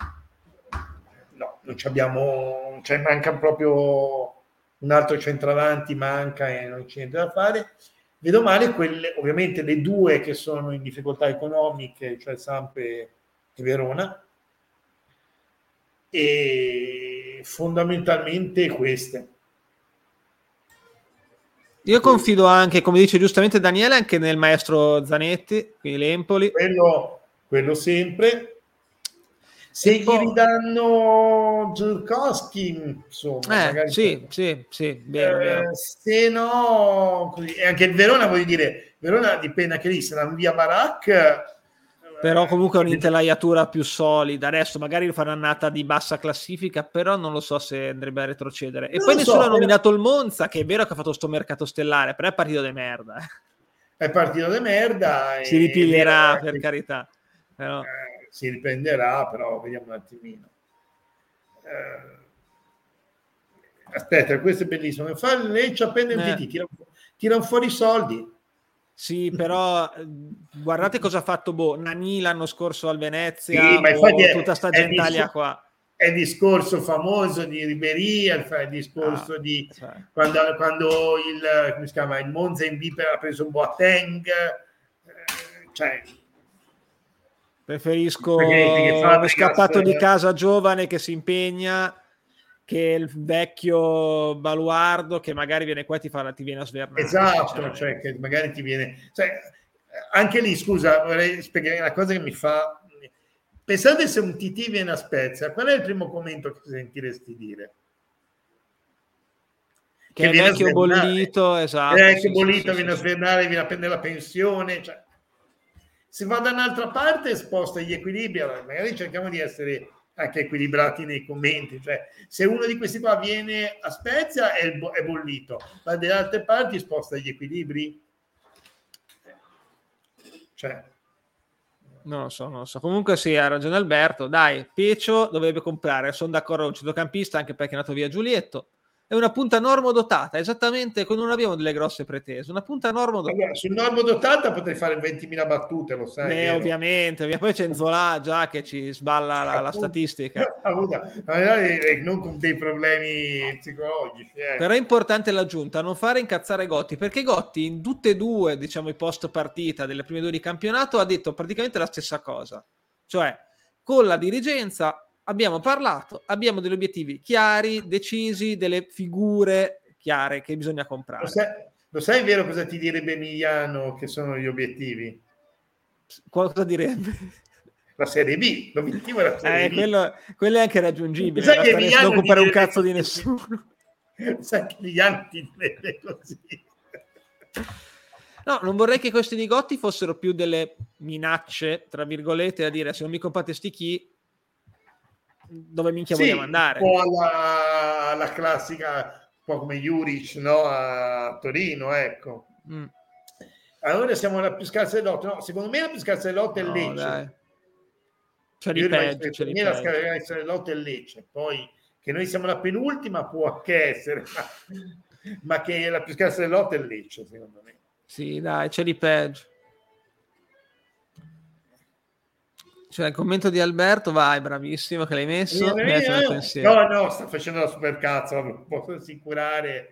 non abbiamo, cioè manca proprio un altro centravanti, manca e non c'è niente da fare. Vedo male quelle, ovviamente le due che sono in difficoltà economiche, cioè Samp e Verona, e fondamentalmente queste. Io confido anche, come dice giustamente Daniele, anche nel maestro Zanetti, quindi l'Empoli. Quello sempre. Se gli ridanno Giurkowski, insomma, magari sì, vero. Se no, così. E anche il Verona, voglio dire, Verona dipende anche lì, se non via Barak. Però comunque è un'intelaiatura più solida. Adesso magari fa un'annata di bassa classifica, però non lo so se andrebbe a retrocedere. E poi nessuno ha nominato il Monza, che è vero che ha fatto sto mercato stellare, però è partito di merda. È partito di merda. Si ripiglierà, per carità. Però... si riprenderà, però vediamo un attimino. Aspetta, questo è bellissimo. Fa il Lecce appena tirano fuori i soldi. Sì, però guardate cosa ha fatto Nani l'anno scorso al Venezia, sì, ma infatti tutta sta gentaglia qua. È il discorso famoso di Ribéry, il discorso di quando il, come si chiama, il Monza in Viper ha preso un Boateng, cioè preferisco uno scappato di casa giovane che si impegna che il vecchio baluardo che magari viene qua e ti viene a svernare. Esatto, cioè che magari ti viene... Cioè, anche lì, scusa, vorrei spiegare una cosa che mi fa... Pensate se un TT viene a Spezia, qual è il primo commento che sentiresti dire? Che è vecchio bollito, esatto. Vecchio bollito, viene a svernare, viene a prendere la pensione, cioè... Se va da un'altra parte sposta gli equilibri, allora magari cerchiamo di essere anche equilibrati nei commenti, cioè se uno di questi qua viene a Spezia è bollito, ma dalle altre parti sposta gli equilibri, cioè non lo so. Comunque sì, ha ragione Alberto, dai, Pecio dovrebbe comprare, sono d'accordo con un centrocampista anche perché è nato via Giulietto. È una punta normodotata, esattamente, non abbiamo delle grosse pretese, una punta normodotata. Allora, sul normodotata potrei fare 20.000 battute, lo sai. Ovviamente, poi c'è Nzola già che ci sballa la statistica. Non con dei problemi psicologici. Però è importante l'aggiunta, non fare incazzare Gotti, perché Gotti in tutte e due, diciamo, i post partita delle prime due di campionato ha detto praticamente la stessa cosa. Cioè, con la dirigenza abbiamo parlato, abbiamo degli obiettivi chiari, decisi, delle figure chiare che bisogna comprare. Lo sai vero cosa ti direbbe Emiliano che sono gli obiettivi? Cosa direbbe? La Serie B, l'obiettivo è la Serie B. Quello è anche raggiungibile, sai che non occupare un cazzo di nessuno. Sai che Emiliano ti direbbe così. No, non vorrei che questi di Gotti fossero più delle minacce, tra virgolette, a dire se non mi comprate sti chi, dove minchia vogliamo andare? Un po' la classica, un po' come Juric, no? A Torino, ecco. Allora siamo la più scarsa dell'otto. No, secondo me la più scarsa dell'otto è Lecce. Dai. C'è di peggio. La scarsa dell'otto è Lecce. Poi che noi siamo la penultima può anche essere, ma che la più scarsa dell'otto è Lecce, secondo me. Sì, dai, c'è di peggio. Cioè, il commento di Alberto, vai, bravissimo che l'hai messo. No, sta facendo la supercazzo, posso assicurare.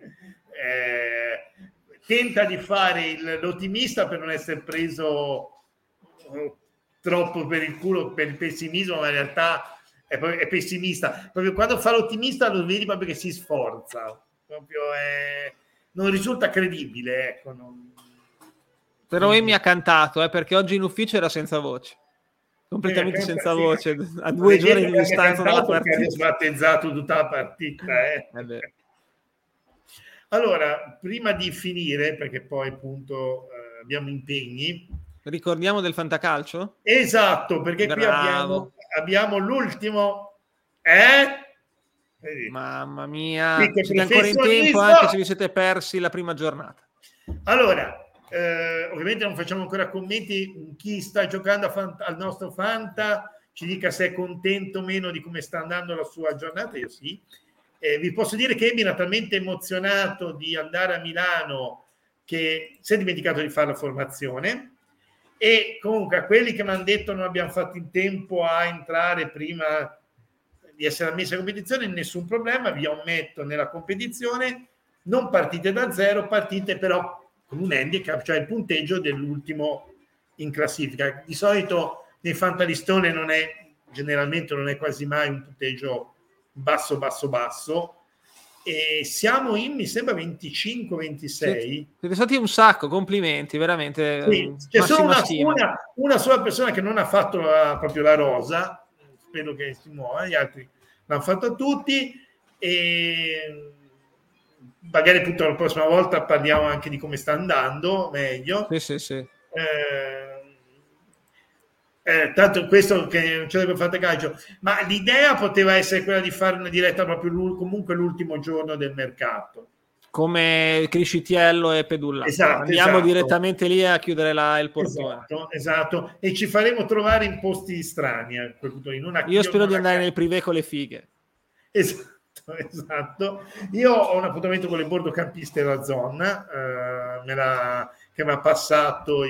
Tenta di fare l'ottimista per non essere preso troppo per il culo, per il pessimismo, ma in realtà è pessimista. Proprio quando fa l'ottimista lo vedi proprio che si sforza. Proprio non risulta credibile, ecco. Però mi ha cantato, perché oggi in ufficio era senza voce. completamente senza voce, a 2 giorni di distanza dalla partita. Che ha sbattezzato tutta la partita. Allora, prima di finire, perché poi appunto abbiamo impegni. Ricordiamo del fantacalcio? Esatto, perché Bravo. qui abbiamo l'ultimo. Mamma mia, siete ancora in tempo anche se vi siete persi la prima giornata. Allora, ovviamente non facciamo ancora commenti. Chi sta giocando al nostro Fanta ci dica se è contento o meno di come sta andando la sua giornata. Io sì. Vi posso dire che Emi era talmente emozionato di andare a Milano che si è dimenticato di fare la formazione, e comunque a quelli che mi hanno detto non abbiamo fatto in tempo a entrare prima di essere ammessi alla competizione, nessun problema, vi ammetto nella competizione, non partite da zero, partite però con un handicap, cioè il punteggio dell'ultimo in classifica. Di solito nei fantalistone generalmente non è quasi mai un punteggio basso, e siamo mi sembra 25-26. Siete stati un sacco, complimenti, veramente. Sì, c'è solo una sola persona che non ha fatto proprio la rosa, spero che si muova, gli altri l'hanno fatto tutti, e magari appunto la prossima volta parliamo anche di come sta andando meglio. Sì. Tanto questo che non c'è da fantacalcio, ma l'idea poteva essere quella di fare una diretta proprio comunque l'ultimo giorno del mercato, come Criscitiello e Pedulla. Andiamo direttamente lì a chiudere il portone. Esatto, e ci faremo trovare in posti strani a quel punto. Io spero di andare nel privé con le fighe. Esatto. Io ho un appuntamento con le bordocampiste della zona, che mi ha passato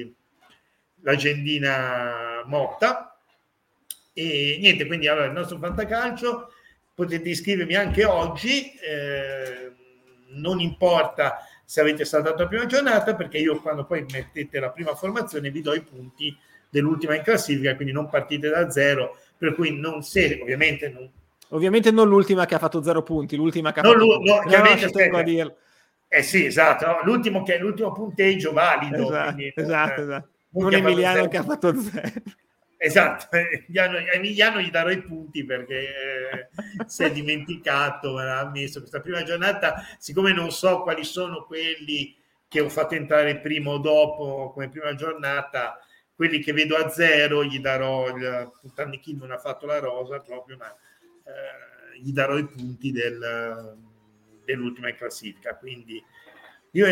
l'agendina Motta, e niente, quindi allora il nostro fantacalcio potete iscrivervi anche oggi, non importa se avete saltato la prima giornata, perché io quando poi mettete la prima formazione vi do i punti dell'ultima in classifica, quindi non partite da zero, per cui ovviamente non l'ultima che ha fatto 0 punti, l'ultima che ha fatto ci tengo a dirlo. Sì, esatto, l'ultimo punteggio valido. Esatto. Non Emiliano che ha fatto 0. Esatto, Emiliano gli darò i punti perché si è dimenticato, me l'ha messo questa prima giornata, siccome non so quali sono quelli che ho fatto entrare prima o dopo come prima giornata, quelli che vedo a 0 gli darò Tannichini non ha fatto la rosa proprio, ma gli darò i punti dell'ultima in classifica, quindi io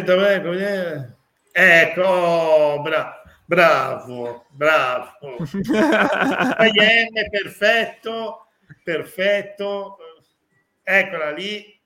ecco, bravo perfetto, eccola lì,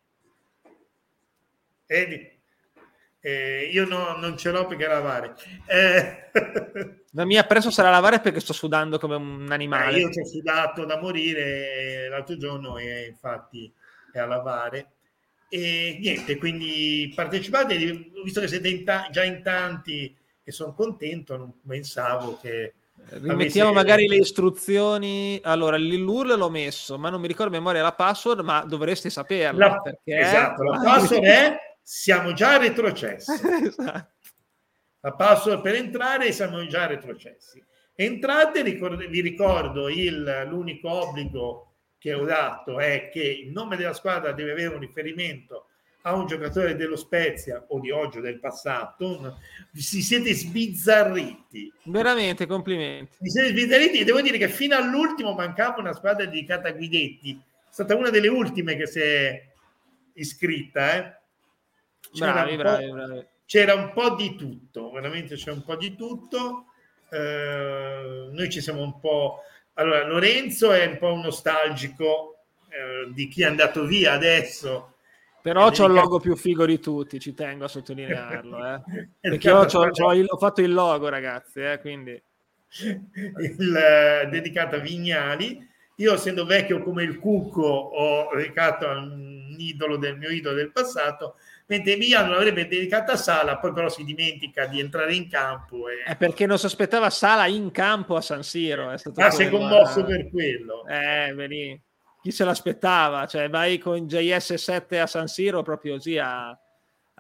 vedi. Io non ce l'ho perché lavare. La mia presso sarà lavare perché sto sudando come un animale. Io ci ho sudato da morire l'altro giorno e infatti è a lavare. E niente, quindi partecipate, visto che siete già in tanti e sono contento, non pensavo che rimettiamo magari le istruzioni. Allora l'URL l'ho messo, ma non mi ricordo a memoria la password, ma dovreste saperla esatto, la password è siamo già retrocessi. Esatto. La password per entrare, siamo già retrocessi. Entrate, vi ricordo l'unico obbligo che ho dato è che il nome della squadra deve avere un riferimento a un giocatore dello Spezia o di oggi o del passato. Si siete sbizzarriti, veramente, complimenti. Vi siete sbizzarriti, e devo dire che fino all'ultimo mancava una squadra dedicata a Guidetti, è stata una delle ultime che si è iscritta. Bravi. C'era un po' di tutto, veramente c'è un po' di tutto. Noi ci siamo un po'. Allora, Lorenzo è un po' un nostalgico di chi è andato via adesso. Però c'ho il logo più figo di tutti, ci tengo a sottolinearlo. Perché io ho fatto il logo, ragazzi, quindi. Dedicato a Vignali. Io, essendo vecchio come il Cucco, ho dedicato a un idolo del mio idolo del passato, mentre Emiliano l'avrebbe dedicata a Sala, poi però si dimentica di entrare in campo. È perché non si aspettava Sala in campo a San Siro. Si è commosso per quello. Vedi. Chi se l'aspettava? Cioè, vai con JS7 a San Siro proprio così a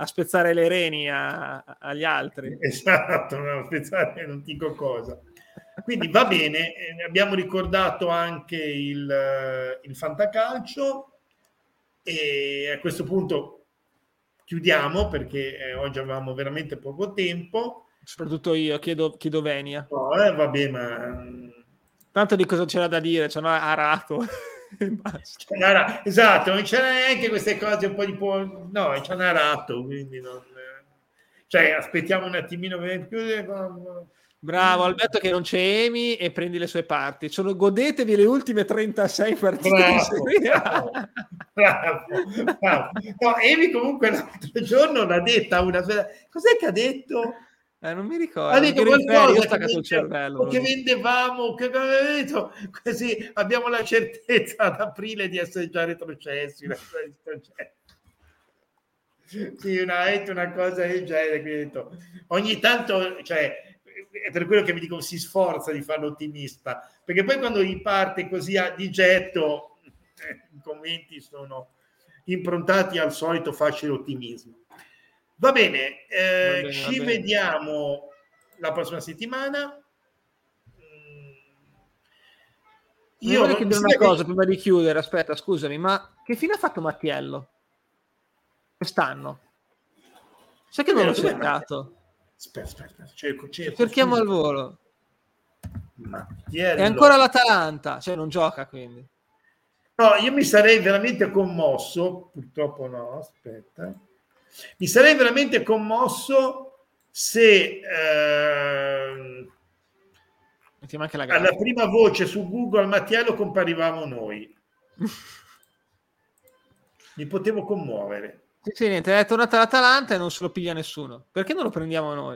spezzare le reni agli altri. Esatto, spezzare non dico cosa. Quindi va bene, abbiamo ricordato anche il fantacalcio e a questo punto chiudiamo perché oggi avevamo veramente poco tempo. Soprattutto io, chiedo venia. No, vabbè, ma Tanto di cosa c'era da dire, ci hanno arato. E basta. esatto, non c'era neanche queste cose un po' di no, ci hanno arato, quindi non cioè aspettiamo un attimino per chiudere. Bravo Alberto che non c'è Emi e prendi le sue parti. Godetevi le ultime 36 partite di Serie A. Bravo. No, Emi comunque l'altro giorno l'ha detta cos'è che ha detto? Non mi ricordo. Ha detto qualcosa, io ho staccato il cervello. Che vendevamo, che detto, così abbiamo la certezza ad aprile di essere già retrocessi. Sì, una cosa del genere. Ogni tanto, cioè, è per quello che mi dico, si sforza di farlo ottimista, perché poi quando gli parte così di getto, i commenti sono improntati al solito facile ottimismo. Va bene, ci vediamo la prossima settimana. Io vorrei chiedere una cosa prima di chiudere, aspetta, scusami, ma che fine ha fatto Mattiello quest'anno? Sai che non l'ho cercato? Aspetta, cerchiamo al volo. Mattiello. È ancora l'Atalanta, cioè non gioca quindi. No, io mi sarei veramente commosso, purtroppo no, aspetta. Mi sarei veramente commosso se alla prima voce su Google Mattiello comparivamo noi. Mi potevo commuovere. Sì, niente, è tornata l'Atalanta e non se lo piglia nessuno. Perché non lo prendiamo noi?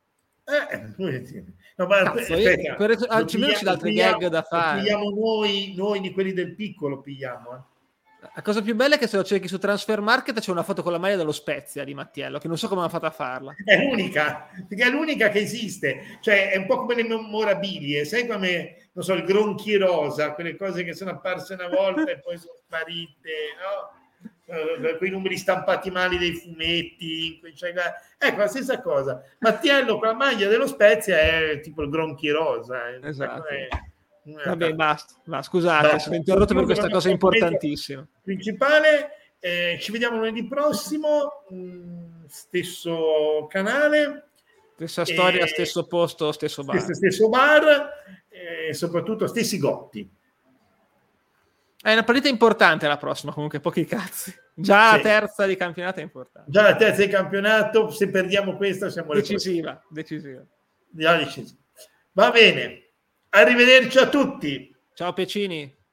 No, ma Cazzo, almeno ci dà altre gag da fare. Pigliamo noi di quelli del piccolo pigliamo. La cosa più bella è che se lo cerchi su Transfer Market c'è una foto con la maglia dello Spezia di Mattiello, che non so come hanno fatto a farla. È l'unica, perché è l'unica che esiste. Cioè, è un po' come le memorabilie, sai come, non so, il Gronchi rosa, quelle cose che sono apparse una volta e poi sono sparite, no? Quei numeri stampati male dei fumetti, cioè, ecco la stessa cosa. Mattiello con la maglia dello Spezia è tipo il Gronchi rosa. Esatto. Vabbè, basta. Scusate, sono interrotto per questa cosa importantissima. Principale, ci vediamo lunedì prossimo, stesso canale. Stessa storia, stesso posto, stesso bar. Stesso bar e soprattutto stessi gotti. È una partita importante la prossima, comunque pochi cazzi. Già la terza di campionato è importante. Già la terza di campionato, se perdiamo questa siamo decisiva. Va bene. Arrivederci a tutti. Ciao Pecini.